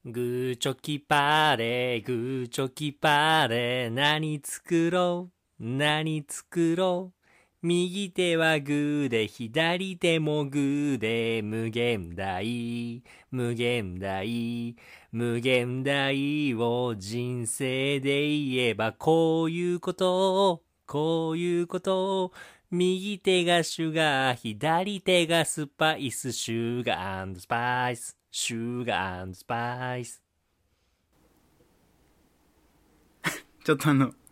グーチョキパーレー、グーチョキパーレー、何作ろう、何作ろう。右手はグーで、左手もグーで、無限大、無限大、無限大を人生で言えば、こういうことを、こういうことを、右手がシュガー、左手がスパイス、シュガー&スパイス。シュガー&スパイス。 ちょっと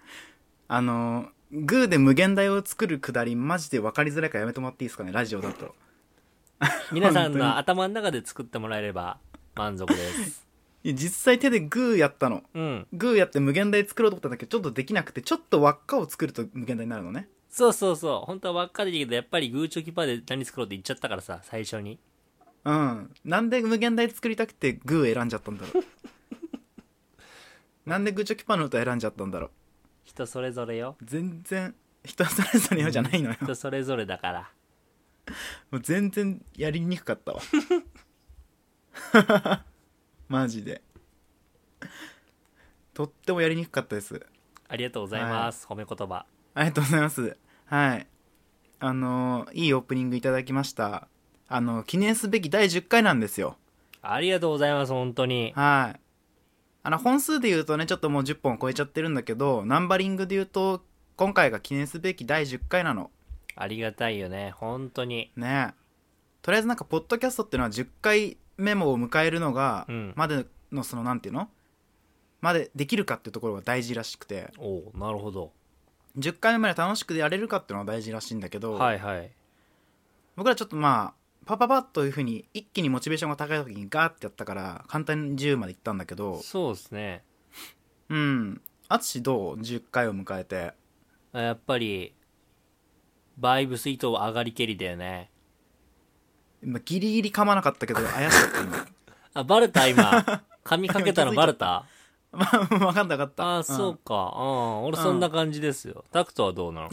グーで無限大を作るくだりマジで分かりづらいからやめてもらっていいですかね、ラジオだと。 皆さん本当にの頭の中で作ってもらえれば満足です。 いや実際手でグーやったの。 うん。 グーやって無限大作ろうと思ったんだけどちょっとできなくて、ちょっと輪っかを作ると無限大になるのね。 そうそうそう。本当は輪っかでいいけど、やっぱりグーチョキパーで何作ろうって言っちゃったからさ、最初に。 うん。なんで無限大作りたくてグー選んじゃったんだろう。なんでグーチョキパーの歌選んじゃったんだろう。 人それぞれよ。 全然人それぞれよじゃないのよ。 人それぞれだから。 もう全然やりにくかったわ。マジで。とってもやりにくかったです。 ありがとうございます。褒め言葉。 ありがとうございます。はい。いいオープニングいただきました。記念すべき第10回なんですよ。 ありがとうございます、本当に。 はい。本数で言うとね、ちょっともう10本超えちゃってるんだけど、ナンバリングで言うと、今回が記念すべき第10回なの。 ありがたいよね、本当に。 ねえ。とりあえずなんか、ポッドキャストっていうのは10回メモを迎えるのが、 うん。 までのなんていうのまでできるかっていうところが大事らしくて、 おう、なるほど。 10回目まで楽しくやれるかっていうのが大事らしいんだけど、 はいはい。 僕らちょっとまあ、パパパッという風に一気にモチベーションが高い時にガーってやったから簡単に10までいったんだけど、 そうですね。 あつしどう ?10 回を迎えて。 やっぱり、バイブス糸上がりけりだよね。 今ギリギリ噛まなかったけど怪しかった今。 あ、バレた今。髪かけたのバレた？ まあ分かった分かった。 あ、そうか。うん。俺そんな感じですよ。タクトはどうなの？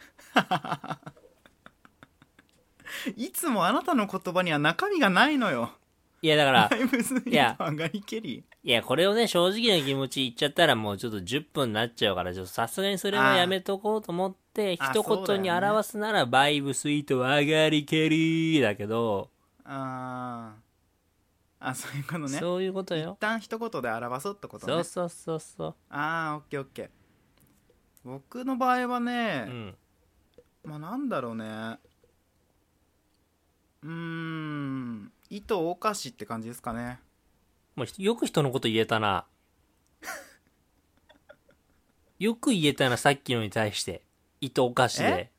いつもあなたの言葉には中身がないのよ。 いや、だから、 バイブスイート上がりけり。 いや、これをね、正直な気持ち言っちゃったらもうちょっと10分になっちゃうから、ちょっとさすがにそれはやめとこうと思って、一言に表すなら、バイブスイート上がりけりだけど、 そういうことね。 そういうことよ。 一旦一言で表そうってことね。 そうそうそうそう。 オッケーオッケー。僕の場合はね、 うん。 まあなんだろうね。糸おかしって感じですかね。 もうよく人のこと言えたな。よく言えたな、さっきのに対して。糸おかしで。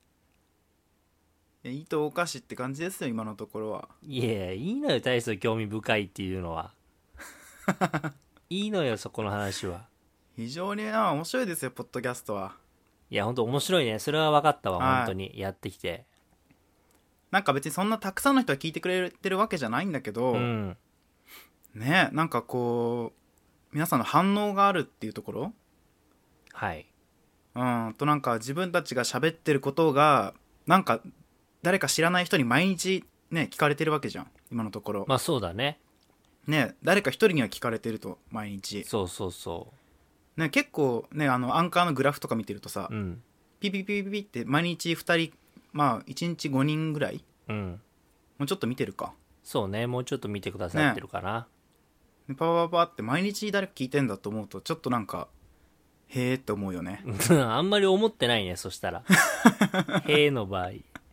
糸おかしって感じですよ今のところは。 いや、いいのよ、大層興味深いっていうのは。いいのよ、そこの話は。 非常に面白いですよポッドキャストは。 いや、ほんと面白いね。それは分かったわ、 はい本当に。やってきて。 なんか別にそんなたくさんの人が聞いてくれてるわけじゃないんだけど、 うん。 ね、なんかこう皆さんの反応があるっていうところ、 はい。 となんか自分たちが喋ってることがなんか誰か知らない人に毎日ね聞かれてるわけじゃん今のところ。 まあそうだね。 ね、誰か一人には聞かれてると毎日そうそうそね。結構ねアンカーのグラフとか見てるとさ、 う。うん。 ピピピピピって毎日2人、まあ1日5人ぐらい、 うん。 もうちょっと見てるか、 そうね。もうちょっと見てくださってるかな。 パパパパって毎日誰か聞いてんだと思うとちょっとなんかへーって思うよね。 あんまり思ってないね、そしたら。へーの場合。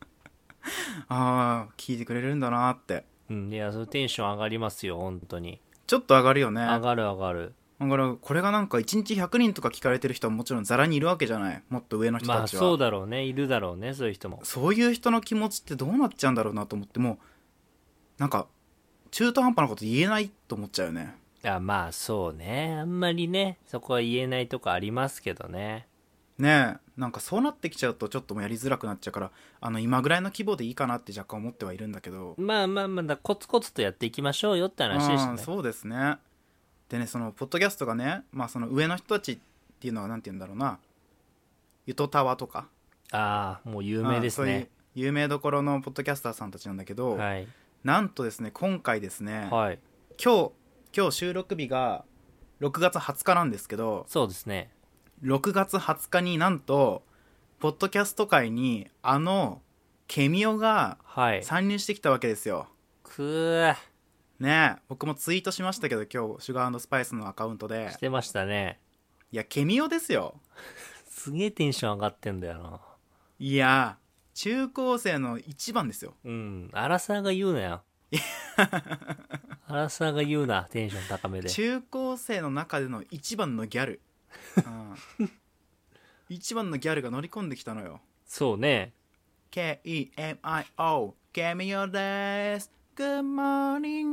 聞いてくれるんだなって。 うん。いや、そのテンション上がりますよ、本当に。 ちょっと上がるよね。 上がる上がる。 だからこれがなんか1日100人とか聞かれてる人はもちろんザラにいるわけじゃない、もっと上の人まあたちは。 そうだろうね。いるだろうね、そういう人も。 そういう人の気持ちってどうなっちゃうんだろうなと思って、もうなんか中途半端なこと言えないと思っちゃうよね。 まあそうね。あんまりね、そこは言えないとこありますけどね。 ねえ、なんかそうなってきちゃうとちょっともうやりづらくなっちゃうから、今ぐらいの規模でいいかなって若干思ってはいるんだけど。 まあまあまあ、コツコツとやっていきましょうよって話でしたね。 そうですね。でね、そのポッドキャストがね、まあその上の人たちっていうのはなんて言うんだろうな、ゆとたわとか、 もう有名ですそういうね。 有名どころのポッドキャスターさんたちなんだけど、 はい。 なんとですね今回ですね、 はい。 今日今日収録日が6月20日なんですけど、 そうですね。 6月20日になんとポッドキャスト界にケミオがはい。 参入してきたわけですよ。 くー、 ねえ、僕もツイートしましたけど、今日シュガースパイスのアカウントで、 してましたね。 いやケミオですよ。 すげえテンション上がってんだよな。 いや中高生の一番ですよ。 うん。アラサーが言うなよ。アラサーが言うな、テンション高めで。 中高生の中での一番のギャル、うん、一番のギャルが乗り込んできたのよ。 そうね。 KEMIO ケミオです。 Good morning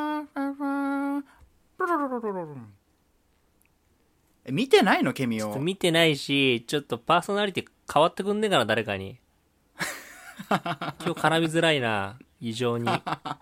見てないのケミオ。 ちょっと見てないし、ちょっとパーソナリティ変わってくんねえかな、誰かに。今日絡みづらいな、異常に。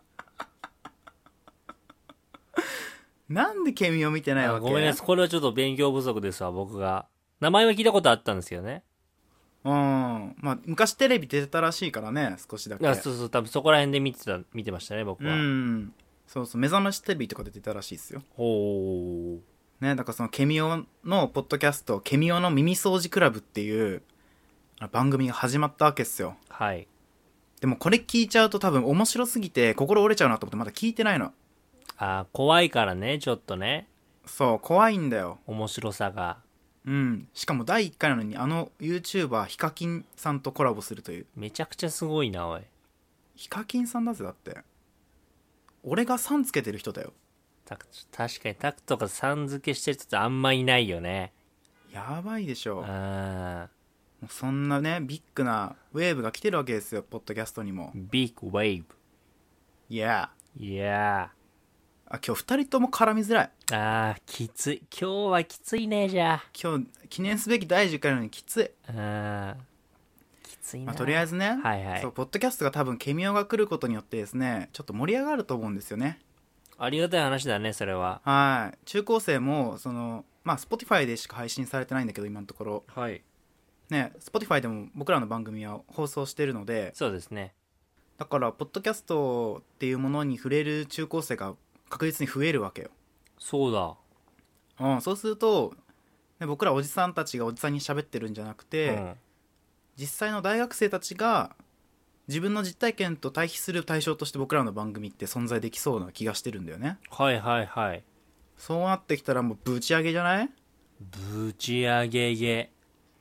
なんでケミオ見てないわけ。 ごめんなさい、これはちょっと勉強不足ですわ、僕が。名前は聞いたことあったんですけどね。 まあ昔テレビ出てたらしいからね、少しだけ。 そうそう、多分そこら辺で見てましたね、僕は。 そうそう、目覚ましテレビとか出てたらしいですよ。 ほー。 ね、だからそのケミオのポッドキャスト、ケミオの耳掃除クラブっていう番組が始まったわけですよ。 はい。 でもこれ聞いちゃうと多分面白すぎて心折れちゃうなと思ってまだ聞いてないの。 怖いからね、ちょっとね。 そう、怖いんだよ。 面白さが。 しかも第1回なのにYouTuber ヒカキンさんとコラボするという。 めちゃくちゃすごいな、おい。 ヒカキンさんだぜ。だって俺がさんつけてる人だよ。 確かにタクとかさん付けしてる人ってあんまいないよね。 やばいでしょ。もあうそんなねビッグなウェーブが来てるわけですよ、ポッドキャストにも。 ビッグウェーブ。 いやいや今日2人とも絡みづらい。 きつい。今日はきついね、じゃ今日記念すべき第10回なのにきつい。 きついな。 まあ、とりあえずね、 はいはい。 そうポッドキャストが多分ケミオが来ることによってですね、ちょっと盛り上がると思うんですよね。 ありがたい話だね、それは。 はい。中高生もSpotify でしか配信されてないんだけど今のところはい。 ね、Spotify でも僕らの番組は放送してるので、 そうですね。 だからポッドキャストっていうものに触れる中高生が確実に増えるわけよ。 そうだ。 そうすると、ね、僕らおじさんたちがおじさんに喋ってるんじゃなくて、実際の大学生たちが自分の実体験と対比する対象として僕らの番組って存在できそうな気がしてるんだよね。 はいはいはい。 そうなってきたらもうぶち上げじゃない？ ぶち上げげ。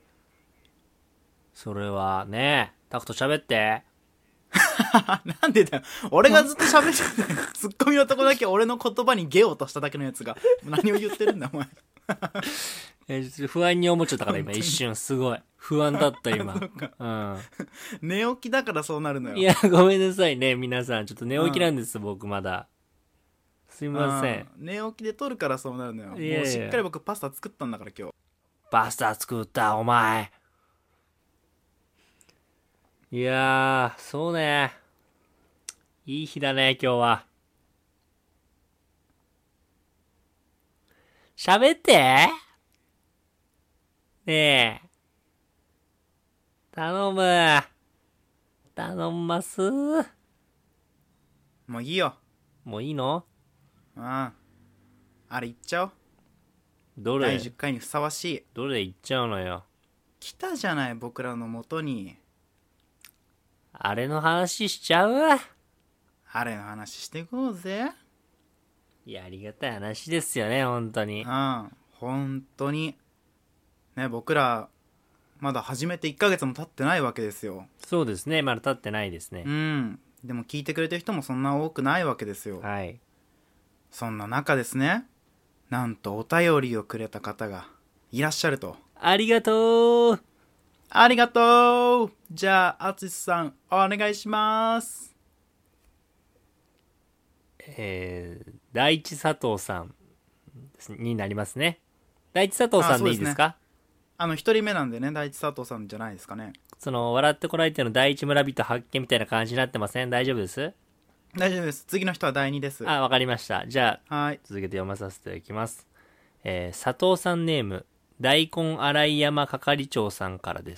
それはね、タクト喋って。 なんでだよ。俺がずっと喋ってるツッコミのとこだけ俺の言葉にゲオとしただけのやつが何を言ってるんだお前。 不安に思っちゃったから今一瞬すごい不安だった今。 寝起きだからそうなるのよ。 いやごめんなさいね皆さん、ちょっと寝起きなんです、僕まだ。すいません。 寝起きで撮るからそうなるのよ。 いやいやもうしっかり僕パスタ作ったんだから今日。 パスタ作ったお前。いやーそうね、いい日だね今日は。喋ってねえ、頼む、頼んます。 もういいよ。 もういいの？ あれ言っちゃおう。 どれ？ 第10回にふさわしい。 どれ言っちゃうのよ。 来たじゃない僕らの元に。 あれの話しちゃう？ あれの話していこうぜ。 いやありがたい話ですよね本当に。 本当にね、僕らまだ始めて1ヶ月も経ってないわけですよ。 そうですね、まだ経ってないですね。 でも聞いてくれてる人もそんな多くないわけですよ。 はい。 そんな中ですね、なんとお便りをくれた方がいらっしゃると。 ありがとう。 ありがとう。じゃあ淳さんお願いします。 第一佐藤さんになりますね。第一佐藤さんでいいですか？ 一人目なんでね、第一佐藤さんじゃないですかね。 その笑ってこられての第一村人発見みたいな感じになってません？大丈夫です？ 大丈夫です。次の人は第二です。 わかりました。じゃあはい続けて読まさせていただきます。佐藤さんネーム大根洗山係長さんからです。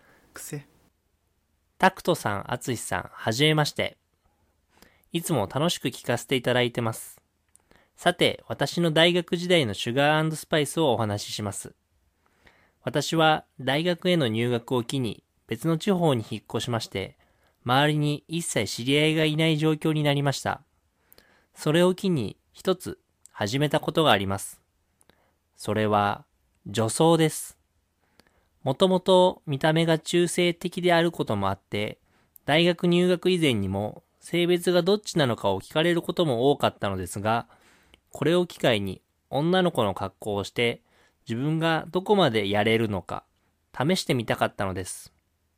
タクトさん、アツシさん、はじめまして。いつも楽しく聞かせていただいてます。 さて、私の大学時代のシュガー&スパイスをお話しします。私は大学への入学を機に別の地方に引っ越しまして、周りに一切知り合いがいない状況になりました。それを機に一つ始めたことがあります。それは女装です。もともと見た目が中性的であることもあって、大学入学以前にも性別がどっちなのかを聞かれることも多かったのですが、これを機会に女の子の格好をして自分がどこまでやれるのか試してみたかったのです。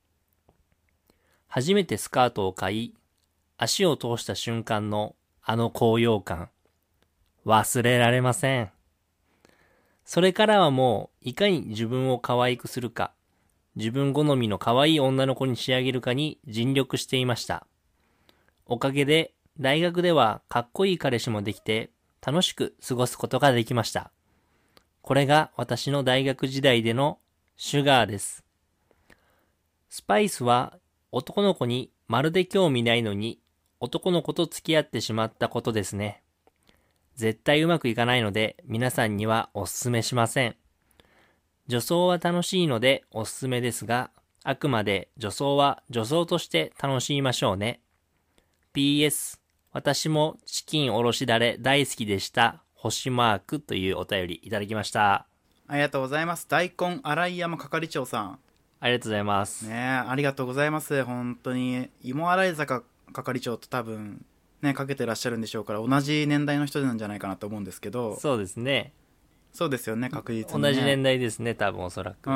初めてスカートを買い、足を通した瞬間のあの高揚感、忘れられません。それからはもういかに自分を可愛くするか、自分好みの可愛い女の子に仕上げるかに尽力していました。おかげで大学ではかっこいい彼氏もできて楽しく過ごすことができました。これが私の大学時代でのシュガーです。スパイスは男の子にまるで興味ないのに男の子と付き合ってしまったことですね。絶対うまくいかないので皆さんにはおすすめしません。女装は楽しいのでおすすめですが、あくまで女装は女装として楽しみましょうね。PS、私もチキンおろしだれ大好きでした。星マークというお便りいただきました。 ありがとうございます。大根洗山係長さん。 ありがとうございます。 ねえ、ありがとうございます。本当に芋洗い坂係長と多分ねかけてらっしゃるんでしょうから、同じ年代の人なんじゃないかなと思うんですけど。 そうですね。 そうですよね、確実に、 ね、同じ年代ですね、多分おそらく。 うん。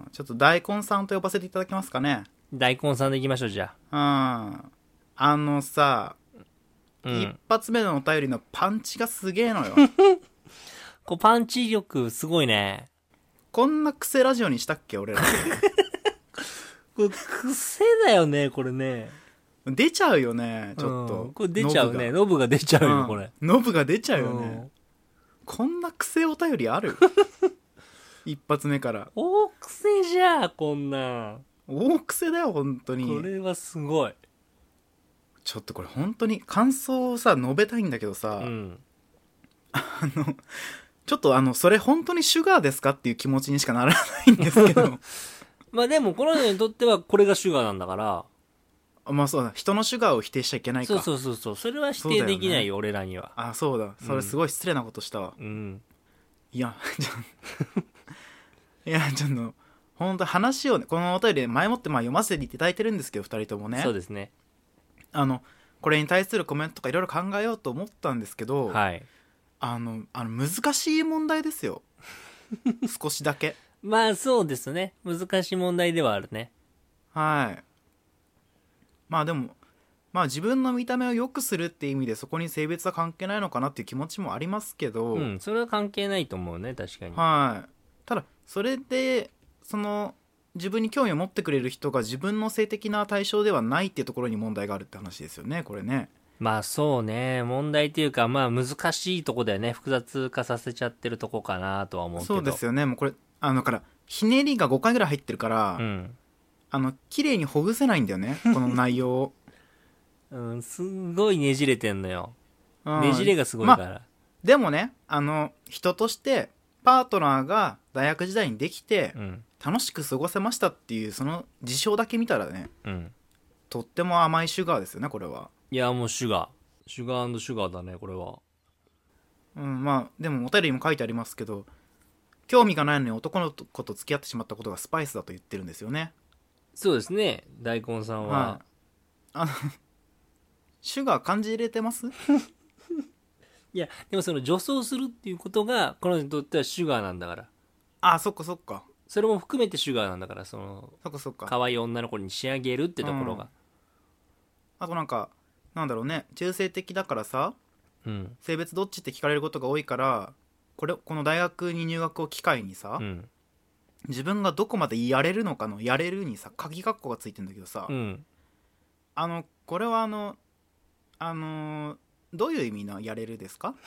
ちょっと大根さんと呼ばせていただけますかね。 大根さんでいきましょう、じゃあ。さ、一発目のお便りのパンチがすげえのよ。 こうパンチ力すごいね。 こんな癖ラジオにしたっけ俺ら。 これ癖だよね、これね。 出ちゃうよね、ちょっと。 これ出ちゃうね。ノブが出ちゃうよ、これ。 ノブが出ちゃうよね。こんな癖お便りある？一発目から。 大癖じゃあ、こんな。 大癖だよ、本当に。 これはすごい。 ちょっとこれ本当に感想をさ、述べたいんだけどさ、ちょっとそれ本当にシュガーですかっていう気持ちにしかならないんですけど。 まあでもこの人にとってはこれがシュガーなんだから。 まあそうだ、人のシュガーを否定しちゃいけないか。 そうそれは否定できないよ、俺らには。 あ、そうだ、それすごい失礼なことしたわ。いやちょっと本当話をね、このお便りで前もって読ませていただいてるんですけど、2人ともね。 そうですね。 これに対するコメントとかいろいろ考えようと思ったんですけど、 はい、 難しい問題ですよ。少しだけ。 まあそうですね、難しい問題ではあるね。 はい。まあでも自分の見た目を良くするっていう意味でそこに性別は関係ないのかなっていう気持ちもありますけど、 それは関係ないと思うね、確かに。 はい。ただそれで自分に興味を持ってくれる人が自分の性的な対象ではないっていうところに問題があるって話ですよね、これね。 まあそうね、問題っていうか難しいとこだよね。複雑化させちゃってるとこかなとは思うけど。 そうですよね。もうこれだからひねりが5回ぐらい入ってるから、綺麗にほぐせないんだよね、この内容を。 すごいねじれてんのよ。ねじれがすごいから。 でもね、人としてパートナーが大学時代にできて、楽しく過ごせましたっていうその事象だけ見たらね、とっても甘いシュガーですよね、これは。 いや、もうシュガーシュガーだね、これは。 でもお便りにも書いてありますけど、興味がないのに男の子と付き合ってしまったことがスパイスだと言ってるんですよね。 そうですね、大根さんは。 シュガー感じ入れてます？ いや、でもその女装するっていうことがこの人にとってはシュガーなんだから。 あ、そっかそっか。 それも含めてシュガーなんだから、 そっかそっか。 可愛い女の子に仕上げるってところが。 あとなんだろうね、中性的だからさ、性別どっちって聞かれることが多いから、この大学に入学を機会にさ、自分がどこまでやれるのかのやれるにさ、鍵括弧がついてんだけどさ、これはどういう意味のやれるですか？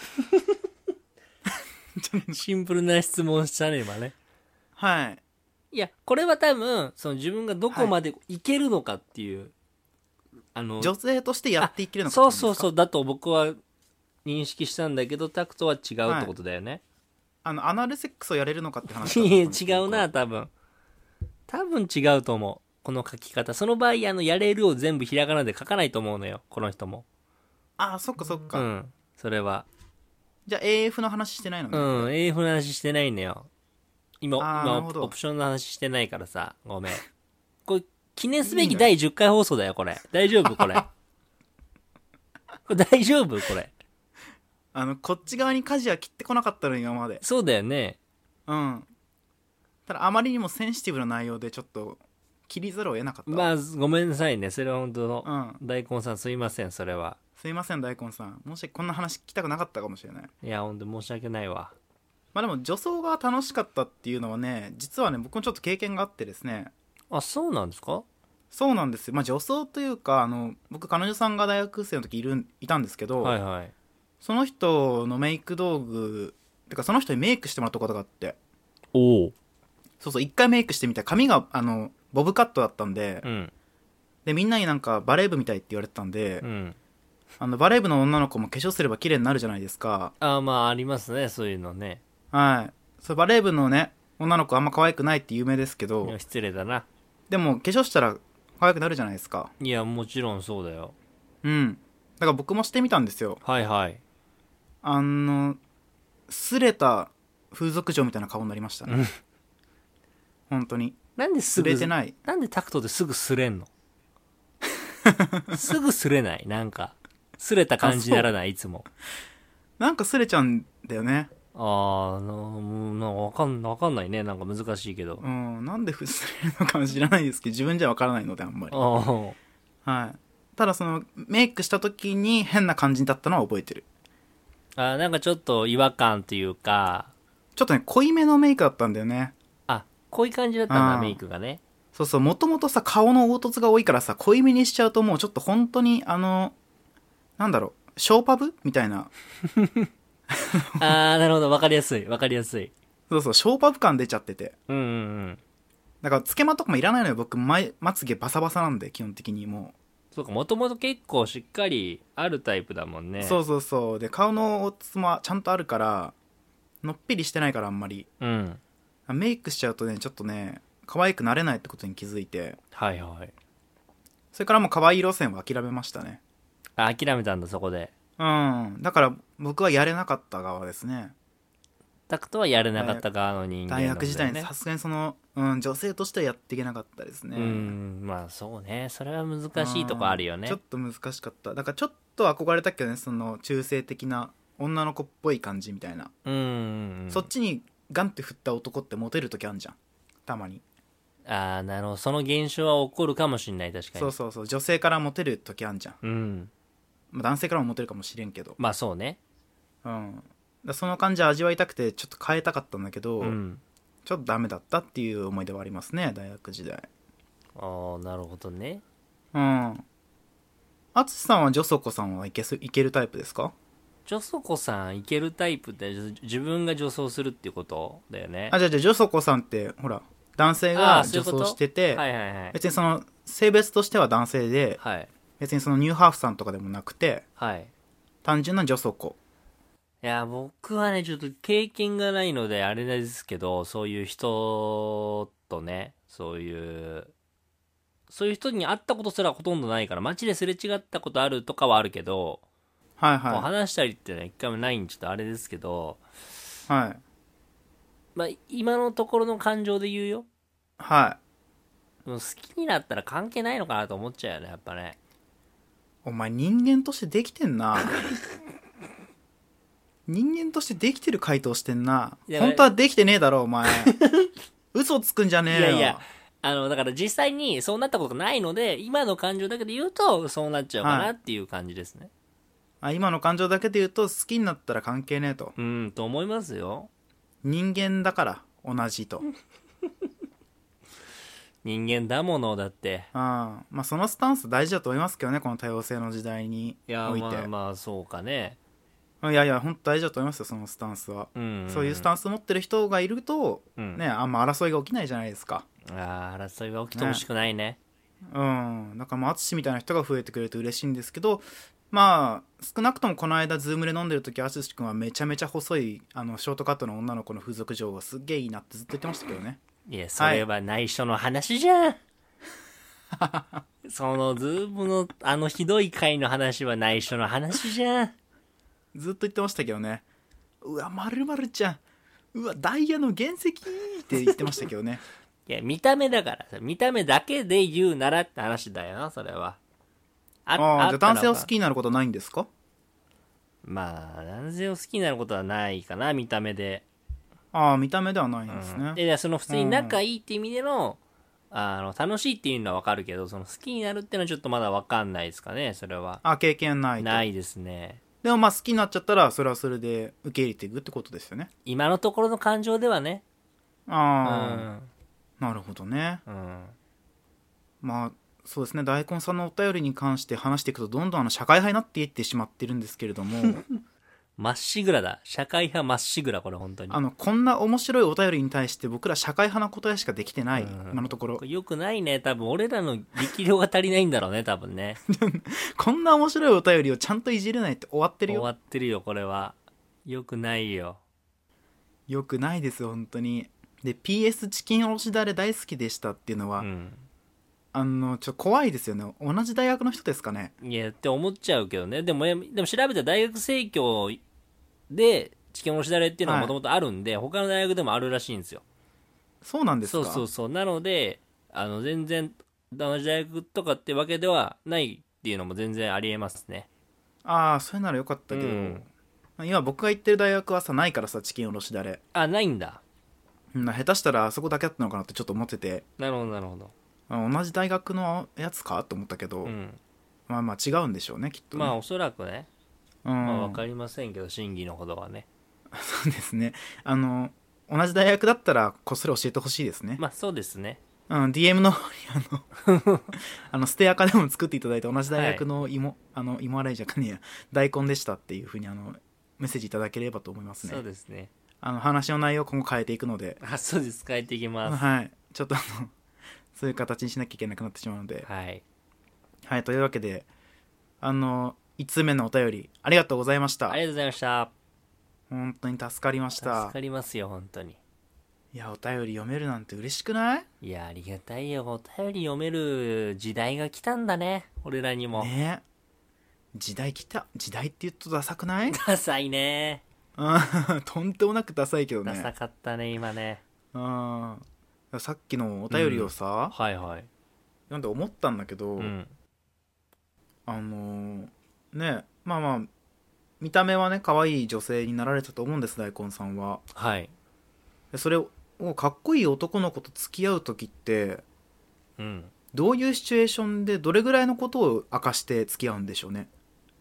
シンプルな質問したね、今ね。 はい。 いや、これは多分自分がどこまでいけるのかっていう、 女性としてやっていけるのか。 そうだと僕は認識したんだけど、タクトは違うってことだよね。 アナルセックスをやれるのかって話だいやったんですけど違うな、多分違うと思う。この書き方。その場合、やれるを全部ひらがなで書かないと思うのよ、この人も。 あ、そっかそっか、 それは。 じゃあ AF の話してないのね。 AF の話してないのよ。今なるほどオプションの話してないからさ、ごめん。これ、記念すべき第10回放送だよ、これ。大丈夫これ。これ大丈夫これ。 こっち側に舵は切ってこなかったの今まで。 そうだよね。 ただあまりにもセンシティブな内容でちょっと切りざるを得なかった。 まあ、ごめんなさいね。それは本当の、大根さんすいません、それは。 すいません、大根さん。もしこんな話聞きたくなかったかもしれない。 いや、本当申し訳ないわ。 まあでも女装が楽しかったっていうのはね、実はね、僕もちょっと経験があってですね。 あ、そうなんですか？ そうなんですよ。まあ女装というか、僕彼女さんが大学生の時いたんですけど、 はいはい。 その人のメイク道具、てかその人にメイクしてもらったことがあって。 おお。 そうそう、一回メイクしてみたい。髪が、ボブカットだったんで、で、みんなになんかバレー部みたいって言われてたんで、バレー部の女の子も化粧すれば綺麗になるじゃないですか。 まあ、ありますね、そういうのね。 はい。バレー部のね、女の子あんま可愛くないって有名ですけど。 いや、失礼だな。 でも、化粧したら可愛くなるじゃないですか。 いや、もちろんそうだよ。 だから僕もしてみたんですよ。 はいはい。 擦れた風俗嬢みたいな顔になりましたね。本当に。 なんですぐ、 擦れてない。 なんでタクトですぐ擦れんの？すぐ擦れないなんか。擦れた感じにならないいつも。 なんか擦れちゃうんだよね。 わかんないね。なんか難しいけど。 なんで擦れるのかも知らないですけど、自分じゃわからないのであんまり。はい。ただメイクした時に変な感じだったのは覚えてる。 なんかちょっと違和感というか。 ちょっとね、濃いめのメイクだったんだよね。 こういう感じだったんだ、メイクがね。 そうそう、もともとさ、顔の凹凸が多いからさ、濃いめにしちゃうともうちょっと本当に、なんだろう、ショーパブみたいな。 なるほど、わかりやすい。 そうそう、ショーパブ感出ちゃってて。だから、つけまとかもいらないのよ、僕、まつげバサバサなんで、基本的にもう。そうか、もともと結構しっかりあるタイプだもんね。 そうそうそう。で、顔の凹凸もちゃんとあるから、のっぴりしてないから、あんまり。メイクしちゃうとね、ちょっとね、可愛くなれないってことに気づいて。 はいはい。 それからもう可愛い路線は諦めましたね。 諦めたんだ、そこで。 だから僕はやれなかった側ですね。 タクトはやれなかった側の人間なんだよね。 大学時代にさすがに女性としてはやっていけなかったですね。 まあそうね。それは難しいとこあるよね。 ちょっと難しかった。だからちょっと憧れたけどね、中性的な女の子っぽい感じみたいな。そっちにガンって振った男ってモテる時あるじゃん。たまに。 なるほど。その現象は起こるかもしれない、確かに。 そう。女性からモテる時あるじゃん。男性からもモテるかもしれんけど。 まあそうね。 その感じ味わいたくてちょっと変えたかったんだけど、ちょっとダメだったっていう思い出はありますね、大学時代。 なるほどね。 淳さんは女装子さんはいけるタイプですか？ 女装子さんいけるタイプって自分が女装するっていうことだよね。 じゃあ女装子さんってほら男性が女装してて、別に性別としては男性で、別にニューハーフさんとかでもなくて、単純な女装子。 いや僕はねちょっと経験がないのであれですけど、そういう人とね、そういう人に会ったことすらほとんどないから、街ですれ違ったことあるとかはあるけど、話したりっていうのは一回もないんでちょっとあれですけど、まあ今のところの感情で言うよ。でも好きになったら関係ないのかなと思っちゃうよね、やっぱね。 お前人間としてできてんな。人間としてできてる回答してんな。本当はできてねえだろお前。嘘つくんじゃねえよ。 いやだから実際にそうなったことがないので、今の感情だけで言うとそうなっちゃうかなっていう感じですね。 今の感情だけで言うと好きになったら関係ねえと。 と思いますよ。 人間だから同じと。 人間だものだって。 まあそのスタンス大事だと思いますけどね、この多様性の時代において。 まあそうかね。 いや本当大事だと思いますよ、そのスタンスは。そういうスタンス持ってる人がいると、ね、あんま争いが起きないじゃないですか。 争いが起きてほしくないね。 だからもう淳みたいな人が増えてくれると嬉しいんですけど、 まあ少なくともこの間ズームで飲んでる時淳君はめちゃめちゃ細いショートカットの女の子の風俗嬢がすっげえいいなってずっと言ってましたけどね。 いや、それは内緒の話じゃん。そのズームのひどい回の話は内緒の話じゃん。 ずっと言ってましたけどね。うわ〇〇ちゃん、うわダイヤの原石って言ってましたけどね。 いや、見た目だからさ、見た目だけで言うならって話だよな、それは。 じゃあ男性を好きき。 になることないんですか？ まあ、男性を好きになることはないかな、見た目で。 見た目ではないんですね。 で、その普通に仲いいって意味での、楽しいっていうのはわかるけど、その好きになるっていうのはちょっとまだわかんないですかね、それは。 経験ないと。 ないですね。 でもまあ好きになっちゃったらそれはそれで受け入れていくってことですよね。 今のところの感情ではね。 なるほどね。 うん。 まあそうですね、大根さんのお便りに関して話していくとどんどん社会派になっていってしまってるんですけれどもまっしぐらだ。社会派まっしぐら、これ本当に。 こんな面白いお便りに対して僕ら社会派な答えしかできてない、今のところ。 よくないね。多分俺らの力量が足りないんだろうね、多分ね。 こんな面白いお便りをちゃんといじれないって終わってるよ。 終わってるよ、これは。よくないよ。 よくないですよ本当に。で PS チキンおろしだれ大好きでしたっていうのは、ちょっと怖いですよね。同じ大学の人ですかね。 いやって思っちゃうけどね。でも調べたら大学生協でチキンおろしだれっていうのがもともとあるんで、他の大学でもあるらしいんですよ。 そうなんですか？ そうなので全然同じ大学とかってわけではないっていうのも全然ありえますね。 それならよかったけど、今僕が行ってる大学はさないからさ、チキンおろしだれないんだ。 下手したらあそこだけあったのかなってちょっと思ってて。 なるほどなるほど。 同じ大学のやつかと思ったけど、まあ違うんでしょうねきっとね。 まあおそらくね、分かりませんけど真偽のほどはね。 そうですね。同じ大学だったらこっそり教えてほしいですね。 まあそうですね。 DM のステアカでも作っていただいて、同じ大学の芋洗いじゃかねえや大根でしたっていうふうにメッセージいただければと思いますね。 そうですね。 話の内容を今後変えていくので。 そうです、変えていきます。 はいちょっとそういう形にしなきゃいけなくなってしまうので、はい、というわけで1通目のお便りありがとうございました。 ありがとうございました。 本当に助かりました。 助かりますよ本当に。 いやお便り読めるなんて嬉しくない？ いやありがたいよ。お便り読める時代が来たんだね、俺らにもね。時代来た。時代って言うとダサくない？ ダサいね。 とんでもなくダサいけどね。 ダサかったね今ね。 さっきのお便りをさ、 はいはい、 読んで思ったんだけど、ね、まあ見た目はね可愛い女性になられたと思うんです、大根さんは。 はい。 それをかっこいい男の子と付き合う時って、どういうシチュエーションでどれぐらいのことを明かして付き合うんでしょうね。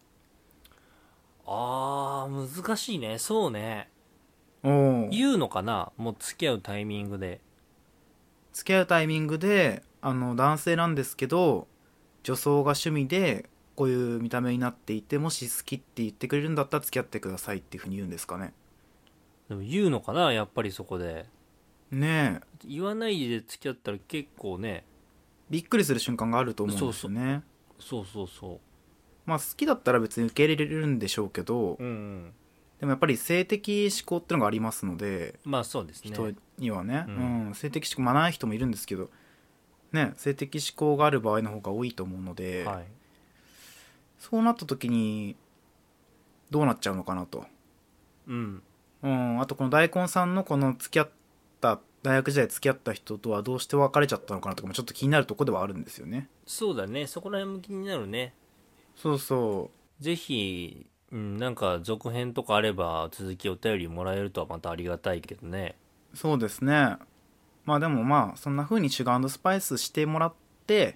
難しいね。そうね。言うのかな、もう付き合うタイミングで。 付き合うタイミングで男性なんですけど女装が趣味でこういう見た目になっていて、もし好きって言ってくれるんだったら付き合ってくださいっていうふうに言うんですかね。 でも言うのかな、やっぱりそこで。 ねえ。 言わないで付き合ったら結構ね、 びっくりする瞬間があると思うんですよね。 そうまあ好きだったら別に受け入れれるんでしょうけど、でもやっぱり性的思考ってのがありますので、 まあそうですね、 人にはね、性的思考、ない人もいるんですけどね、性的思考がある場合の方が多いと思うので、そうなった時にどうなっちゃうのかなと。あとこの大根さんのこの付き合った大学時代付き合った人とはどうして別れちゃったのかなとかもちょっと気になるところではあるんですよね。 そうだね、そこら辺も気になるね。 そうぜひ、なんか続編とかあれば続きお便りもらえるとはまたありがたいけどね。 そうですね。まあでもまあそんな風にシュガー&スパイスしてもらって、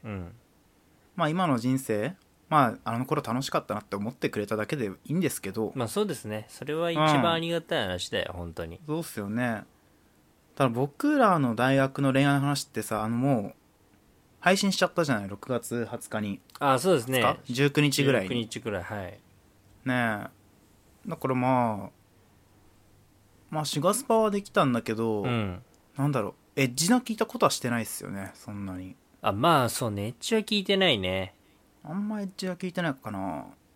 まあ今の人生、まああの頃楽しかったなって思ってくれただけでいいんですけど。 まあそうですね、それは一番ありがたい話だよ、本当に。 そうっすよね。ただ僕らの大学の恋愛の話ってさ、もう配信しちゃったじゃない、6月20日に。 そうですね、 19日ぐらいに。 19日ぐらい、はい。 ねえ。だからまあシュガースパはできたんだけど、なんだろう、エッジな聞いたことはしてないっすよね、そんなに。 まあそうね、エッジは聞いてないね。 あんまエッジは聞いてないかな。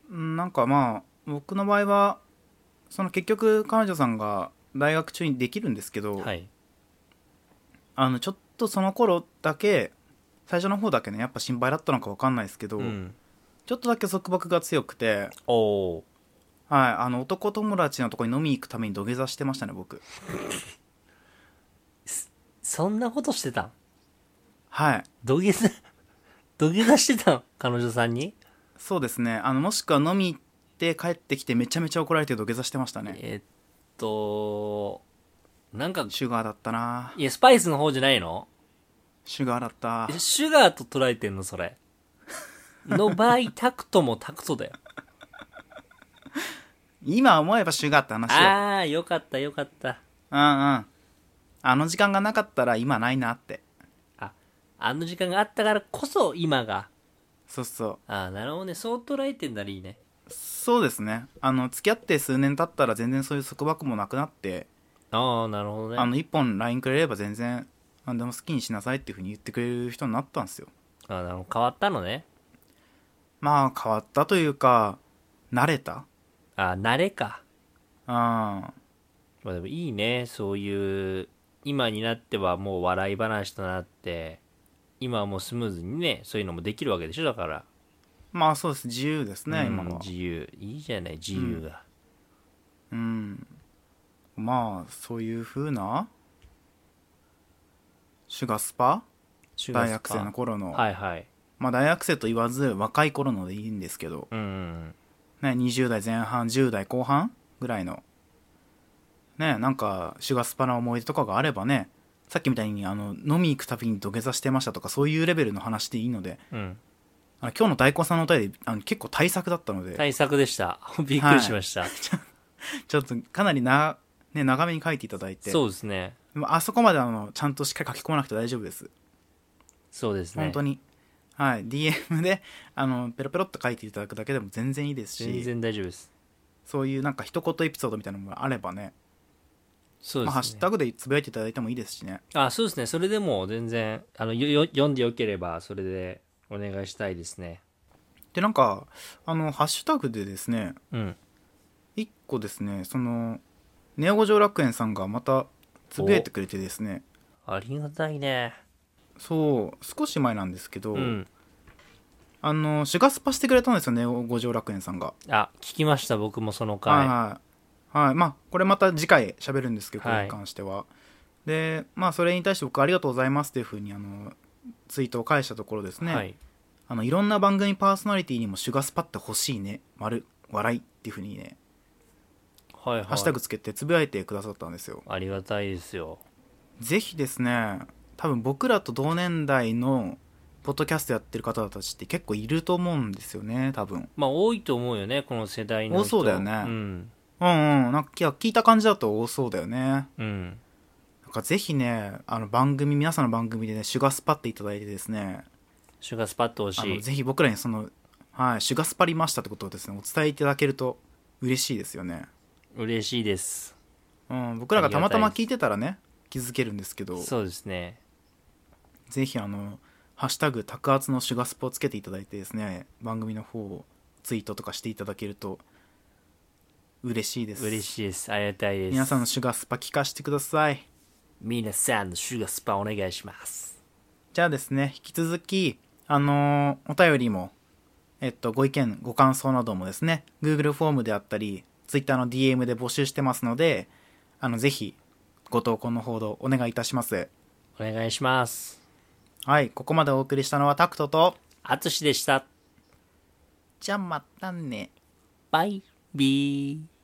なんかまあ僕の場合はその結局彼女さんが大学中にできるんですけど、 はい。 ちょっとその頃だけ最初の方だけねやっぱ心配だったのか分かんないですけど、 うん。 ちょっとだけ束縛が強くて、 おー。 はい、男友達のとこに飲みに行くために土下座してましたね僕。 そんなことしてたん？ はい、 土下座、土下座してたん彼女さんに？ そうですね。もしくは飲み行って帰ってきてめちゃめちゃ怒られて土下座してましたね。 と、なんか、 シュガーだったな。 いや、スパイスの方じゃないの？ シュガーだった。 シュガーと捉えてんのそれ。の場合、タクトもタクトだよ。 今思えばシュガーって話よ。 あー、よかったよかった。 うんうん。あの時間がなかったら今ないなって。 あ、あの時間があったからこそ今が。 そうそう。 あー、なるほどね。そう捉えてんならいいね。 そうですね。付き合って数年経ったら全然そういう束縛もなくなって、 あー、なるほどね。 一本 LINE くれれば全然何でも好きにしなさいっていう風に言ってくれる人になったんですよ。 あー、なるほど変わったのね。 まあ変わったというか、慣れた。 あー、慣れか。 あまあでもいいね。そういう、今になってはもう笑い話となって、今はもうスムーズにね、そういうのもできるわけでしょ、だから。 まあそうです。自由ですね、今うん、 は。 自由。いいじゃない、自由が。 うん。まあそういう風なシュガスパ、 シュガースパ大学生の頃の、 はいはい。 まあ大学生と言わず若い頃のでいいんですけど、 うんうんね、20代前半10代後半ぐらいのね、なんかシュガスパな思い出とかがあればね、さっきみたいに飲み行くたびに土下座してましたとかそういうレベルの話でいいので、 うん。 今日の大根さんのお便り結構大作だったので、 対策でした。びっくりしました。 ちょっとかなりね、長めに書いていただいて、 そうですね。 あそこまでちゃんとしっかり書き込まなくて大丈夫です。 そうですね。 本当に。はい、DM でペロペロっと書いていただくだけでも全然いいですし、 全然大丈夫です。 そういうなんか一言エピソードみたいなのがあればね、まあ、ハッそうですね。 シュタグでつぶやいていただいてもいいですしね。 あ、そうですね。それでも全然、読んでよければ、それでお願いしたいですね。 でなんかハッシュタグでですね、 うん。 一個ですね、ネオ五条楽園さんがまたつぶやいてくれてですね、 ありがたいね。 そう少し前なんですけど、 うん。 シュガスパしてくれたんですよ、ネオ五条楽園さんが。 あ、聞きました。僕もそのはい回。 はいはい。まあこれまた次回喋るんですけど、これにはい。 関しては。でまあそれに対して僕ありがとうございますっていうふうにツイートを返したところですね、 はい。 いろんな番組パーソナリティにもシュガスパってほしいね笑いっていうふうにね、 はいはい。 ハッシュタグつけてつぶやいてくださったんですよ。 ありがたいですよ。 ぜひですね、多分僕らと同年代のポッドキャストやってる方たちって結構いると思うんですよね、多分。 まあ多いと思うよね、この世代の多人。 そうだよね。 うん。 うんうん、なんか聞いた感じだと多そうだよね。 うん。 なんかぜひね、皆さんの番組でね、シュガスパっていただいてですね、 シュガースパッと欲しい。 ぜひ僕らにはい、シュガスパりましたってことをですね、お伝えいただけると嬉しいですよね。 嬉しいです。 うん、僕らがたまたま聞いてたらね、気づけるんですけど、 そうですね。 ぜひハッシュタグタクアツのシュガスパをつけていただいてですね、番組の方をツイートとかしていただけると嬉しいです。 嬉しいです。ありがたいです。 皆さんのシュガスパ聞かせてください。 皆さんのシュガースパお願いします。 じゃあですね、引き続きお便りもご意見ご感想などもですね、 Google フォームであったり Twitter の DM で募集してますので、ぜひご投稿のほどお願いいたします。 お願いします。 はい、ここまでお送りしたのはタクトと、 あつしでした。 じゃあまたね。 バイビー。